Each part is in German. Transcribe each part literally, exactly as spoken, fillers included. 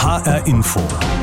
H R Info.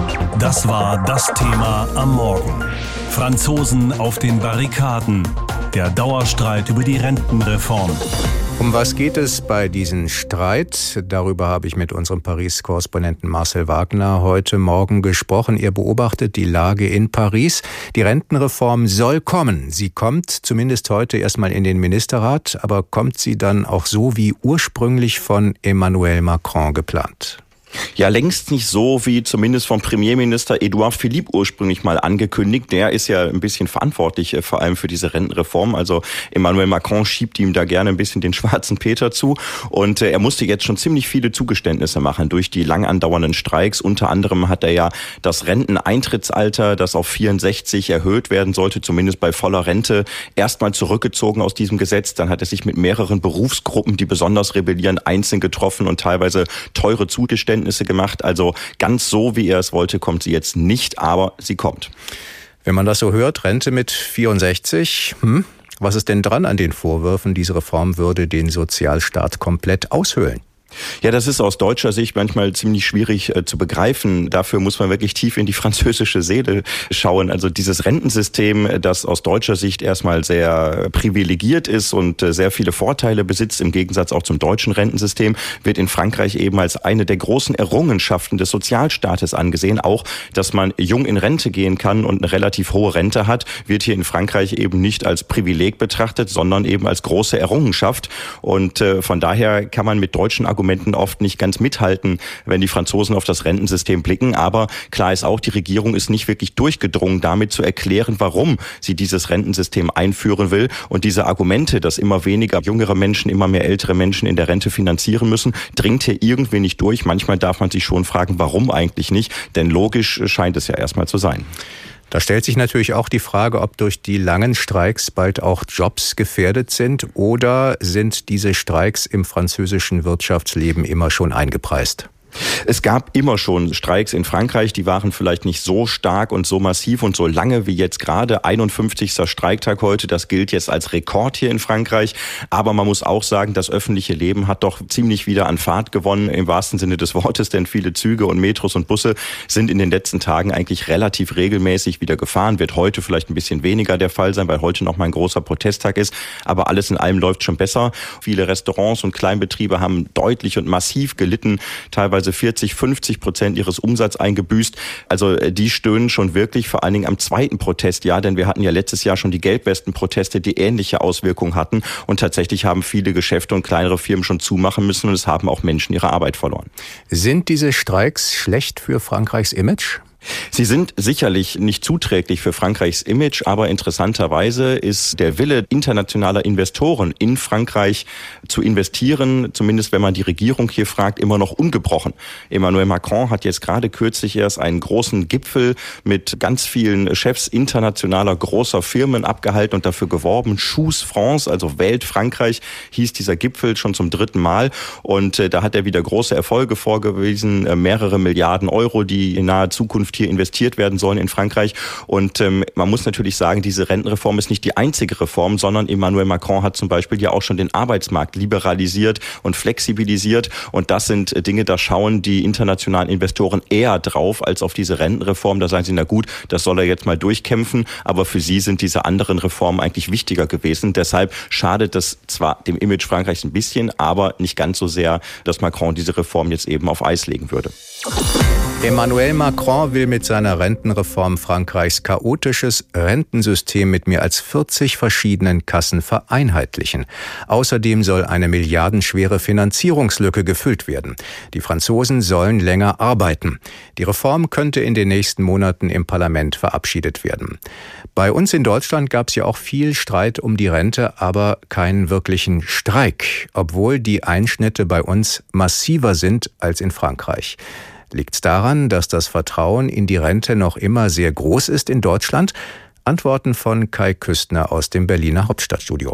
Das war das Thema am Morgen. Franzosen auf den Barrikaden. Der Dauerstreit über die Rentenreform. Um was geht es bei diesem Streit? Darüber habe ich mit unserem Paris-Korrespondenten Marcel Wagner heute Morgen gesprochen. Er beobachtet die Lage in Paris. Die Rentenreform soll kommen. Sie kommt zumindest heute erstmal in den Ministerrat, aber kommt sie dann auch so wie ursprünglich von Emmanuel Macron geplant? Ja, längst nicht so, wie zumindest vom Premierminister Edouard Philippe ursprünglich mal angekündigt. Der ist ja ein bisschen verantwortlich, vor allem für diese Rentenreform. Also Emmanuel Macron schiebt ihm da gerne ein bisschen den schwarzen Peter zu. Und er musste jetzt schon ziemlich viele Zugeständnisse machen durch die lang andauernden Streiks. Unter anderem hat er ja das Renteneintrittsalter, das auf vierundsechzig erhöht werden sollte, zumindest bei voller Rente, erstmal zurückgezogen aus diesem Gesetz. Dann hat er sich mit mehreren Berufsgruppen, die besonders rebellieren, einzeln getroffen und teilweise teure Zugeständnisse gemacht. Also ganz so, wie er es wollte, kommt sie jetzt nicht, aber sie kommt. Wenn man das so hört, Rente mit vierundsechzig, hm, was ist denn dran an den Vorwürfen, diese Reform würde den Sozialstaat komplett aushöhlen? Ja, das ist aus deutscher Sicht manchmal ziemlich schwierig äh, zu begreifen. Dafür muss man wirklich tief in die französische Seele schauen. Also dieses Rentensystem, das aus deutscher Sicht erstmal sehr privilegiert ist und äh, sehr viele Vorteile besitzt, im Gegensatz auch zum deutschen Rentensystem, wird in Frankreich eben als eine der großen Errungenschaften des Sozialstaates angesehen. Auch, dass man jung in Rente gehen kann und eine relativ hohe Rente hat, wird hier in Frankreich eben nicht als Privileg betrachtet, sondern eben als große Errungenschaft. Und äh, von daher kann man mit deutschen Argumenten oft nicht ganz mithalten, wenn die Franzosen auf das Rentensystem blicken. Aber klar ist auch, die Regierung ist nicht wirklich durchgedrungen, damit zu erklären, warum sie dieses Rentensystem einführen will. Und diese Argumente, dass immer weniger jüngere Menschen, immer mehr ältere Menschen in der Rente finanzieren müssen, dringt hier irgendwie nicht durch. Manchmal darf man sich schon fragen, warum eigentlich nicht? Denn logisch scheint es ja erstmal zu sein. Da stellt sich natürlich auch die Frage, ob durch die langen Streiks bald auch Jobs gefährdet sind oder sind diese Streiks im französischen Wirtschaftsleben immer schon eingepreist? Es gab immer schon Streiks in Frankreich, die waren vielleicht nicht so stark und so massiv und so lange wie jetzt gerade. einundfünfzigster Streiktag heute, das gilt jetzt als Rekord hier in Frankreich. Aber man muss auch sagen, das öffentliche Leben hat doch ziemlich wieder an Fahrt gewonnen, im wahrsten Sinne des Wortes. Denn viele Züge und Metros und Busse sind in den letzten Tagen eigentlich relativ regelmäßig wieder gefahren. Wird heute vielleicht ein bisschen weniger der Fall sein, weil heute noch mal ein großer Protesttag ist. Aber alles in allem läuft schon besser. Viele Restaurants und Kleinbetriebe haben deutlich und massiv gelitten, teilweise vierzig, fünfzig Prozent ihres Umsatzes eingebüßt. Also die stöhnen schon wirklich, vor allen Dingen am zweiten Protestjahr, denn wir hatten ja letztes Jahr schon die Gelbwesten-Proteste, die ähnliche Auswirkungen hatten. Und tatsächlich haben viele Geschäfte und kleinere Firmen schon zumachen müssen und es haben auch Menschen ihre Arbeit verloren. Sind diese Streiks schlecht für Frankreichs Image? Sie sind sicherlich nicht zuträglich für Frankreichs Image, aber interessanterweise ist der Wille internationaler Investoren in Frankreich zu investieren, zumindest wenn man die Regierung hier fragt, immer noch ungebrochen. Emmanuel Macron hat jetzt gerade kürzlich erst einen großen Gipfel mit ganz vielen Chefs internationaler großer Firmen abgehalten und dafür geworben. Choose France, also Wählt Frankreich, hieß dieser Gipfel schon zum dritten Mal. Und äh, da hat er wieder große Erfolge vorgewiesen, äh, mehrere Milliarden Euro, die in naher Zukunft hier investiert werden sollen in Frankreich. Und ähm, man muss natürlich sagen, diese Rentenreform ist nicht die einzige Reform, sondern Emmanuel Macron hat zum Beispiel ja auch schon den Arbeitsmarkt liberalisiert und flexibilisiert. Und das sind äh, Dinge, da schauen die internationalen Investoren eher drauf als auf diese Rentenreform. Da sagen sie, na gut, das soll er jetzt mal durchkämpfen. Aber für sie sind diese anderen Reformen eigentlich wichtiger gewesen. Deshalb schadet das zwar dem Image Frankreichs ein bisschen, aber nicht ganz so sehr, dass Macron diese Reform jetzt eben auf Eis legen würde. Emmanuel Macron will mit seiner Rentenreform Frankreichs chaotisches Rentensystem mit mehr als vierzig verschiedenen Kassen vereinheitlichen. Außerdem soll eine milliardenschwere Finanzierungslücke gefüllt werden. Die Franzosen sollen länger arbeiten. Die Reform könnte in den nächsten Monaten im Parlament verabschiedet werden. Bei uns in Deutschland gab es ja auch viel Streit um die Rente, aber keinen wirklichen Streik, obwohl die Einschnitte bei uns massiver sind als in Frankreich. Liegt es daran, dass das Vertrauen in die Rente noch immer sehr groß ist in Deutschland? Antworten von Kai Küstner aus dem Berliner Hauptstadtstudio.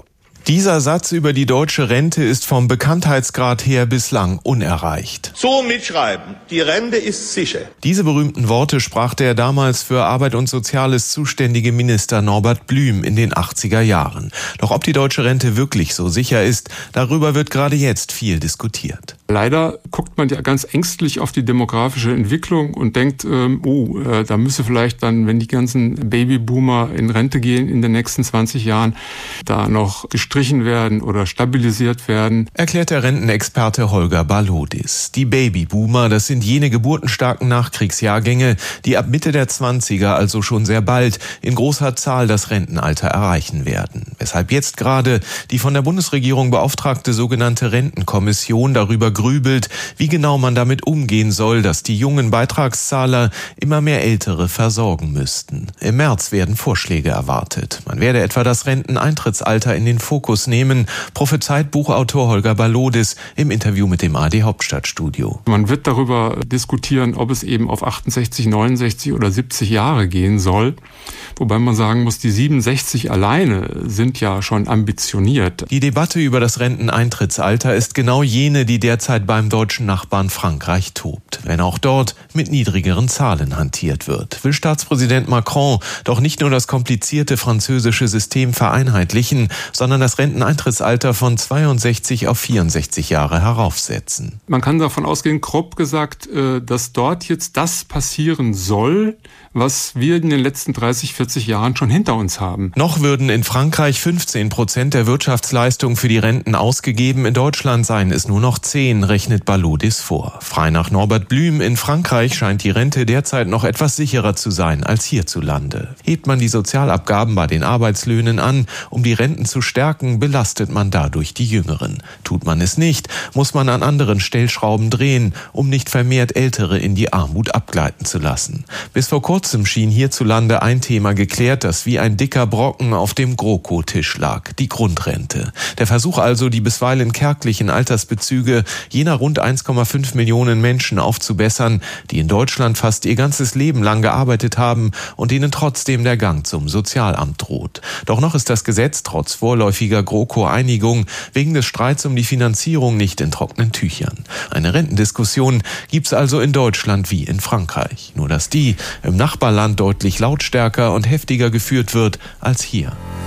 Dieser Satz über die deutsche Rente ist vom Bekanntheitsgrad her bislang unerreicht. So mitschreiben, die Rente ist sicher. Diese berühmten Worte sprach der damals für Arbeit und Soziales zuständige Minister Norbert Blüm in den achtziger Jahren. Doch ob die deutsche Rente wirklich so sicher ist, darüber wird gerade jetzt viel diskutiert. Leider guckt man ja ganz ängstlich auf die demografische Entwicklung und denkt, ähm, oh, äh, da müsse vielleicht dann, wenn die ganzen Babyboomer in Rente gehen in den nächsten zwanzig Jahren, da noch gestrichen werden oder stabilisiert werden. Erklärt der Rentenexperte Holger Balodis. Die Babyboomer, das sind jene geburtenstarken Nachkriegsjahrgänge, die ab Mitte der Zwanziger, also schon sehr bald, in großer Zahl das Rentenalter erreichen werden. Weshalb jetzt gerade die von der Bundesregierung beauftragte sogenannte Rentenkommission darüber grübelt, wie genau man damit umgehen soll, dass die jungen Beitragszahler immer mehr Ältere versorgen müssten. Im März werden Vorschläge erwartet. Man werde etwa das Renteneintrittsalter in den Fokus nehmen, prophezeit Buchautor Holger Balodis im Interview mit dem A R D Hauptstadtstudio. Man wird darüber diskutieren, ob es eben auf achtundsechzig, neunundsechzig oder siebzig Jahre gehen soll. Wobei man sagen muss, die siebenundsechzig alleine sind ja schon ambitioniert. Die Debatte über das Renteneintrittsalter ist genau jene, die derzeit beim deutschen Nachbarn Frankreich tobt. Wenn auch dort mit niedrigeren Zahlen hantiert wird, will Staatspräsident Macron doch nicht nur das komplizierte französische System vereinheitlichen, sondern das Renteneintrittsalter von zweiundsechzig auf vierundsechzig Jahre heraufsetzen. Man kann davon ausgehen, grob gesagt, dass dort jetzt das passieren soll, was wir in den letzten dreißig, vierzig Jahren schon hinter uns haben. Noch würden in Frankreich fünfzehn Prozent der Wirtschaftsleistung für die Renten ausgegeben. In Deutschland seien es nur noch zehn, rechnet Balodis vor. Frei nach Norbert Blüm, in Frankreich scheint die Rente derzeit noch etwas sicherer zu sein als hierzulande. Hebt man die Sozialabgaben bei den Arbeitslöhnen an, um die Renten zu stärken, belastet man dadurch die Jüngeren. Tut man es nicht, muss man an anderen Stellschrauben drehen, um nicht vermehrt Ältere in die Armut abgleiten zu lassen. Bis vor kurzem schien hierzulande ein Thema geklärt, das wie ein dicker Brocken auf dem GroKo-Tisch lag, die Grundrente. Der Versuch also, die bisweilen kärglichen Altersbezüge jener rund eins Komma fünf Millionen Menschen aufzubessern, die in Deutschland fast ihr ganzes Leben lang gearbeitet haben und denen trotzdem der Gang zum Sozialamt droht. Doch noch ist das Gesetz trotz vorläufiger GroKo-Einigung wegen des Streits um die Finanzierung nicht in trockenen Tüchern. Eine Rentendiskussion gibt's also in Deutschland wie in Frankreich. Nur dass die im Nachbarland deutlich lautstärker und heftiger geführt wird als hier.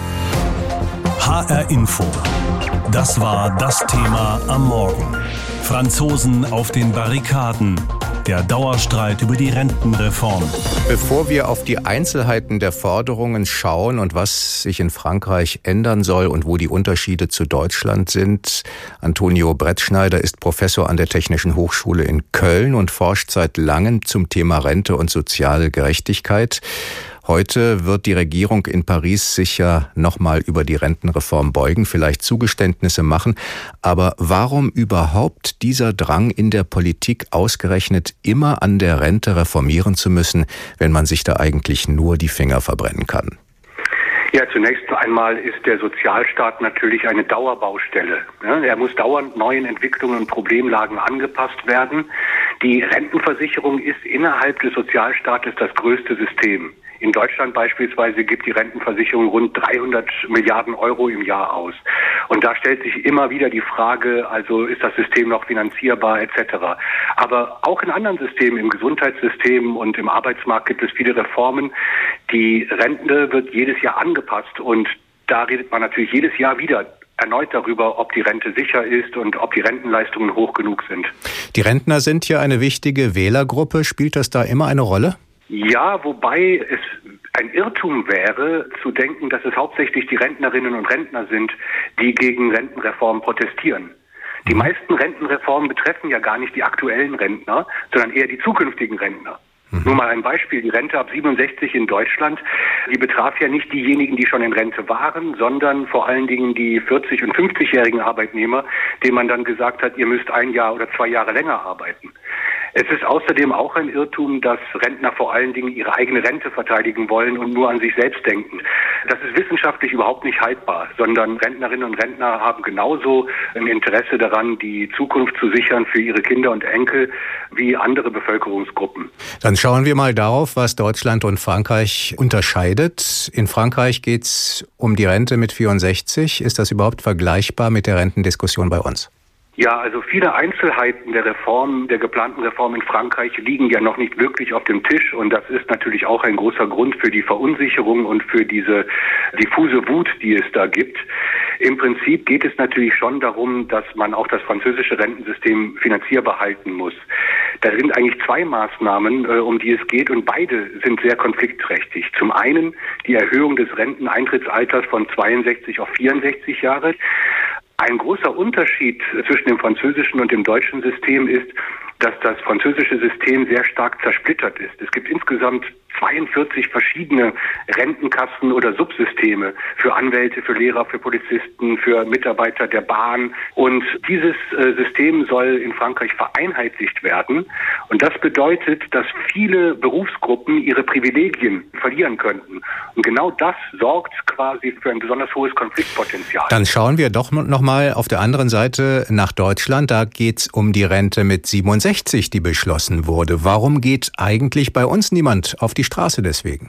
H R Info. Das war das Thema am Morgen. Franzosen auf den Barrikaden. Der Dauerstreit über die Rentenreform. Bevor wir auf die Einzelheiten der Forderungen schauen und was sich in Frankreich ändern soll und wo die Unterschiede zu Deutschland sind, Antonio Brettschneider ist Professor an der Technischen Hochschule in Köln und forscht seit langem zum Thema Rente und soziale Gerechtigkeit. Heute wird die Regierung in Paris sicher nochmal über die Rentenreform beugen, vielleicht Zugeständnisse machen. Aber warum überhaupt dieser Drang in der Politik, ausgerechnet immer an der Rente reformieren zu müssen, wenn man sich da eigentlich nur die Finger verbrennen kann? Ja, zunächst einmal ist der Sozialstaat natürlich eine Dauerbaustelle. Er muss dauernd neuen Entwicklungen und Problemlagen angepasst werden. Die Rentenversicherung ist innerhalb des Sozialstaates das größte System. In Deutschland beispielsweise gibt die Rentenversicherung rund dreihundert Milliarden Euro im Jahr aus. Und da stellt sich immer wieder die Frage, also ist das System noch finanzierbar et cetera. Aber auch in anderen Systemen, im Gesundheitssystem und im Arbeitsmarkt gibt es viele Reformen. Die Rente wird jedes Jahr angepasst und da redet man natürlich jedes Jahr wieder erneut darüber, ob die Rente sicher ist und ob die Rentenleistungen hoch genug sind. Die Rentner sind ja eine wichtige Wählergruppe. Spielt das da immer eine Rolle? Ja, wobei es ein Irrtum wäre, zu denken, dass es hauptsächlich die Rentnerinnen und Rentner sind, die gegen Rentenreformen protestieren. Die meisten Rentenreformen betreffen ja gar nicht die aktuellen Rentner, sondern eher die zukünftigen Rentner. Mhm. Nur mal ein Beispiel, die Rente ab siebenundsechzig in Deutschland, die betraf ja nicht diejenigen, die schon in Rente waren, sondern vor allen Dingen die vierzig- und fünfzigjährigen Arbeitnehmer, denen man dann gesagt hat, ihr müsst ein Jahr oder zwei Jahre länger arbeiten. Es ist außerdem auch ein Irrtum, dass Rentner vor allen Dingen ihre eigene Rente verteidigen wollen und nur an sich selbst denken. Das ist wissenschaftlich überhaupt nicht haltbar, sondern Rentnerinnen und Rentner haben genauso ein Interesse daran, die Zukunft zu sichern für ihre Kinder und Enkel wie andere Bevölkerungsgruppen. Dann schauen wir mal darauf, was Deutschland und Frankreich unterscheidet. In Frankreich geht es um die Rente mit vierundsechzig. Ist das überhaupt vergleichbar mit der Rentendiskussion bei uns? Ja, also viele Einzelheiten der Reform, der geplanten Reform in Frankreich liegen ja noch nicht wirklich auf dem Tisch und das ist natürlich auch ein großer Grund für die Verunsicherung und für diese diffuse Wut, die es da gibt. Im Prinzip geht es natürlich schon darum, dass man auch das französische Rentensystem finanzierbar halten muss. Da sind eigentlich zwei Maßnahmen, um die es geht und beide sind sehr konfliktträchtig. Zum einen die Erhöhung des Renteneintrittsalters von zweiundsechzig auf vierundsechzig Jahre. Ein großer Unterschied zwischen dem französischen und dem deutschen System ist, dass das französische System sehr stark zersplittert ist. Es gibt insgesamt zweiundvierzig verschiedene Rentenkassen oder Subsysteme für Anwälte, für Lehrer, für Polizisten, für Mitarbeiter der Bahn. Und dieses äh, System soll in Frankreich vereinheitlicht werden. Und das bedeutet, dass viele Berufsgruppen ihre Privilegien verlieren könnten. Und genau das sorgt quasi für ein besonders hohes Konfliktpotenzial. Dann schauen wir doch noch mal auf der anderen Seite nach Deutschland. Da geht es um die Rente mit siebenundsechzig, die beschlossen wurde. Warum geht eigentlich bei uns niemand auf die Straße deswegen?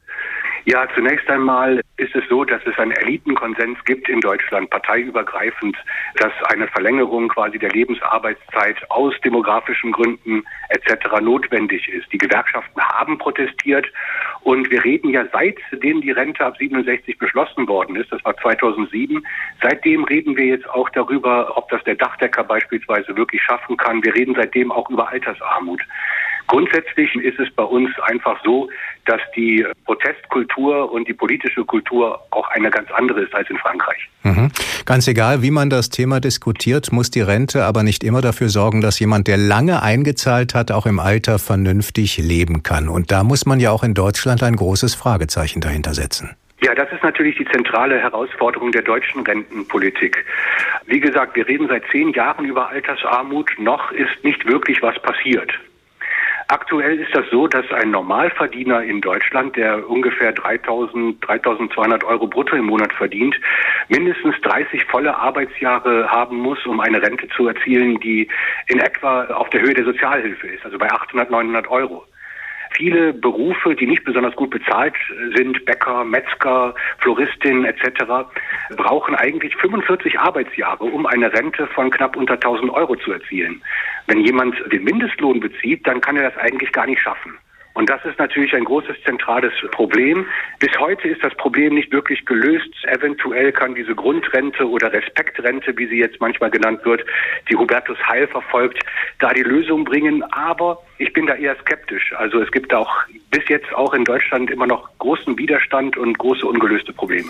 Ja, zunächst einmal ist es so, dass es einen Elitenkonsens gibt in Deutschland, parteiübergreifend, dass eine Verlängerung quasi der Lebensarbeitszeit aus demografischen Gründen et cetera notwendig ist. Die Gewerkschaften haben protestiert und wir reden ja seitdem die Rente ab siebenundsechzig beschlossen worden ist, das war zweitausendsieben, seitdem reden wir jetzt auch darüber, ob das der Dachdecker beispielsweise wirklich schaffen kann. Wir reden seitdem auch über Altersarmut. Grundsätzlich ist es bei uns einfach so, dass die Protestkultur und die politische Kultur auch eine ganz andere ist als in Frankreich. Mhm. Ganz egal, wie man das Thema diskutiert, muss die Rente aber nicht immer dafür sorgen, dass jemand, der lange eingezahlt hat, auch im Alter vernünftig leben kann. Und da muss man ja auch in Deutschland ein großes Fragezeichen dahinter setzen. Ja, das ist natürlich die zentrale Herausforderung der deutschen Rentenpolitik. Wie gesagt, wir reden seit zehn Jahren über Altersarmut. Noch ist nicht wirklich was passiert. Aktuell ist das so, dass ein Normalverdiener in Deutschland, der ungefähr dreitausend, dreitausendzweihundert Euro brutto im Monat verdient, mindestens dreißig volle Arbeitsjahre haben muss, um eine Rente zu erzielen, die in etwa auf der Höhe der Sozialhilfe ist, also bei achthundert, neunhundert Euro. Viele Berufe, die nicht besonders gut bezahlt sind, Bäcker, Metzger, Floristin et cetera, brauchen eigentlich fünfundvierzig Arbeitsjahre, um eine Rente von knapp unter tausend Euro zu erzielen. Wenn jemand den Mindestlohn bezieht, dann kann er das eigentlich gar nicht schaffen. Und das ist natürlich ein großes zentrales Problem. Bis heute ist das Problem nicht wirklich gelöst. Eventuell kann diese Grundrente oder Respektrente, wie sie jetzt manchmal genannt wird, die Hubertus Heil verfolgt, da die Lösung bringen. Aber ich bin da eher skeptisch. Also es gibt auch bis jetzt auch in Deutschland immer noch großen Widerstand und große ungelöste Probleme.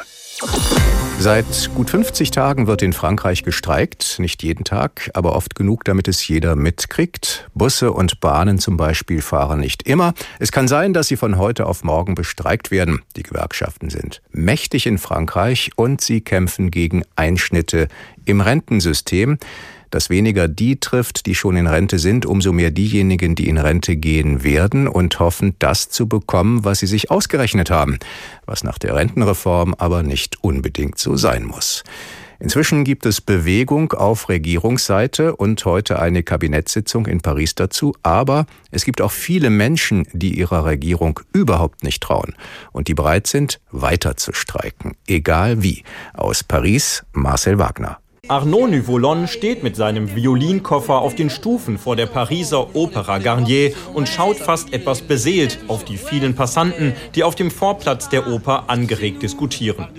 Seit gut fünfzig Tagen wird in Frankreich gestreikt. Nicht jeden Tag, aber oft genug, damit es jeder mitkriegt. Busse und Bahnen zum Beispiel fahren nicht immer. Es kann sein, dass sie von heute auf morgen bestreikt werden. Die Gewerkschaften sind mächtig in Frankreich und sie kämpfen gegen Einschnitte im Rentensystem, das weniger die trifft, die schon in Rente sind, umso mehr diejenigen, die in Rente gehen werden und hoffen, das zu bekommen, was sie sich ausgerechnet haben, was nach der Rentenreform aber nicht unbedingt so sein muss. Inzwischen gibt es Bewegung auf Regierungsseite und heute eine Kabinettssitzung in Paris dazu, aber es gibt auch viele Menschen, die ihrer Regierung überhaupt nicht trauen und die bereit sind, weiter zu streiken, egal wie. Aus Paris, Marcel Wagner. Arnaud Nuvolon steht mit seinem Violinkoffer auf den Stufen vor der Pariser Opéra Garnier und schaut fast etwas beseelt auf die vielen Passanten, die auf dem Vorplatz der Oper angeregt diskutieren.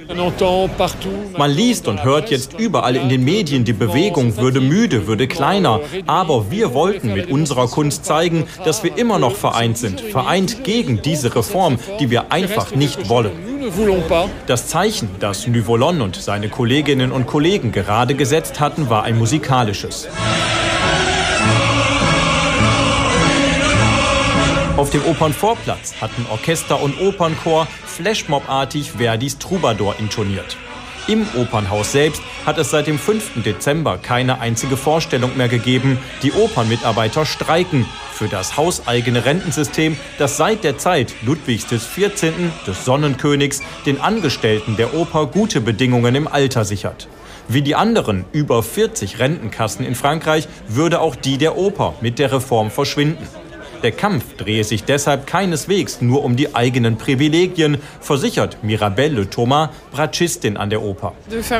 Man liest und hört jetzt überall in den Medien, die Bewegung würde müde, würde kleiner. Aber wir wollten mit unserer Kunst zeigen, dass wir immer noch vereint sind. Vereint gegen diese Reform, die wir einfach nicht wollen. Das Zeichen, das Nuvolon und seine Kolleginnen und Kollegen gerade gesetzt hatten, war ein musikalisches. Auf dem Opernvorplatz hatten Orchester und Opernchor flashmobartig Verdis Troubadour intoniert. Im Opernhaus selbst hat es seit dem fünften Dezember keine einzige Vorstellung mehr gegeben. Die Opernmitarbeiter streiken. für das hauseigene Rentensystem, das seit der Zeit Ludwigs des vierzehnten, des Sonnenkönigs, den Angestellten der Oper gute Bedingungen im Alter sichert. Wie die anderen über vierzig Rentenkassen in Frankreich würde auch die der Oper mit der Reform verschwinden. Der Kampf drehe sich deshalb keineswegs nur um die eigenen Privilegien, versichert Mirabelle Le Thomas, Bratschistin an der Oper.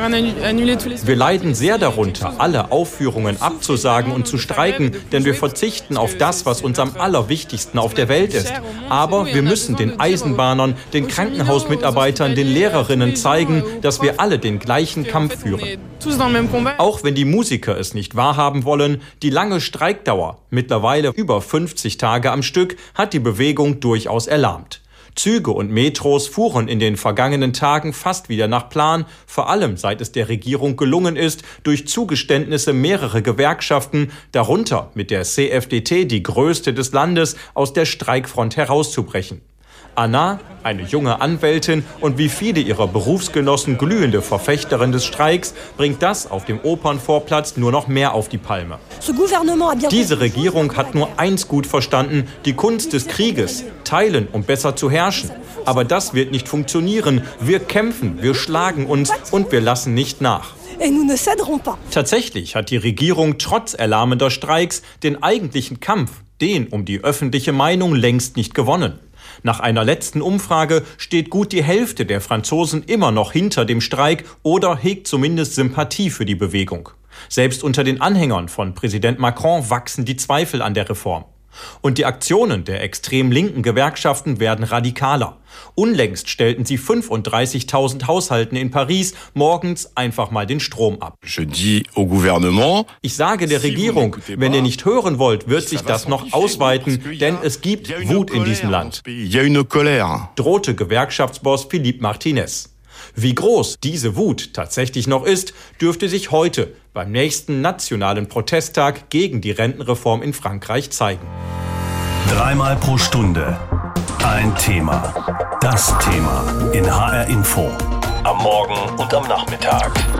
Wir leiden sehr darunter, alle Aufführungen abzusagen und zu streiken, denn wir verzichten auf das, was uns am allerwichtigsten auf der Welt ist. Aber wir müssen den Eisenbahnern, den Krankenhausmitarbeitern, den Lehrerinnen zeigen, dass wir alle den gleichen Kampf führen. Auch wenn die Musiker es nicht wahrhaben wollen, die lange Streikdauer, mittlerweile über fünfzig Tage am Stück, hat die Bewegung durchaus erlahmt. Züge und Metros fuhren in den vergangenen Tagen fast wieder nach Plan, vor allem seit es der Regierung gelungen ist, durch Zugeständnisse mehrere Gewerkschaften, darunter mit der C F D T, die größte des Landes, aus der Streikfront herauszubrechen. Anna, eine junge Anwältin und wie viele ihrer Berufsgenossen glühende Verfechterin des Streiks, bringt das auf dem Opernvorplatz nur noch mehr auf die Palme. Diese Regierung hat nur eins gut verstanden, die Kunst des Krieges, teilen, um besser zu herrschen. Aber das wird nicht funktionieren. Wir kämpfen, wir schlagen uns und wir lassen nicht nach. Tatsächlich hat die Regierung trotz erlahmender Streiks den eigentlichen Kampf, den um die öffentliche Meinung, längst nicht gewonnen. Nach einer letzten Umfrage steht gut die Hälfte der Franzosen immer noch hinter dem Streik oder hegt zumindest Sympathie für die Bewegung. Selbst unter den Anhängern von Präsident Macron wachsen die Zweifel an der Reform. Und die Aktionen der extrem linken Gewerkschaften werden radikaler. Unlängst stellten sie fünfunddreißigtausend Haushalten in Paris morgens einfach mal den Strom ab. Ich sage der Regierung, wenn ihr nicht hören wollt, wird sich das noch ausweiten, denn es gibt Wut in diesem Land, drohte Gewerkschaftsboss Philippe Martinez. Wie groß diese Wut tatsächlich noch ist, dürfte sich heute beim nächsten nationalen Protesttag gegen die Rentenreform in Frankreich zeigen. Dreimal pro Stunde ein Thema. Das Thema in H R Info. Am Morgen und am Nachmittag.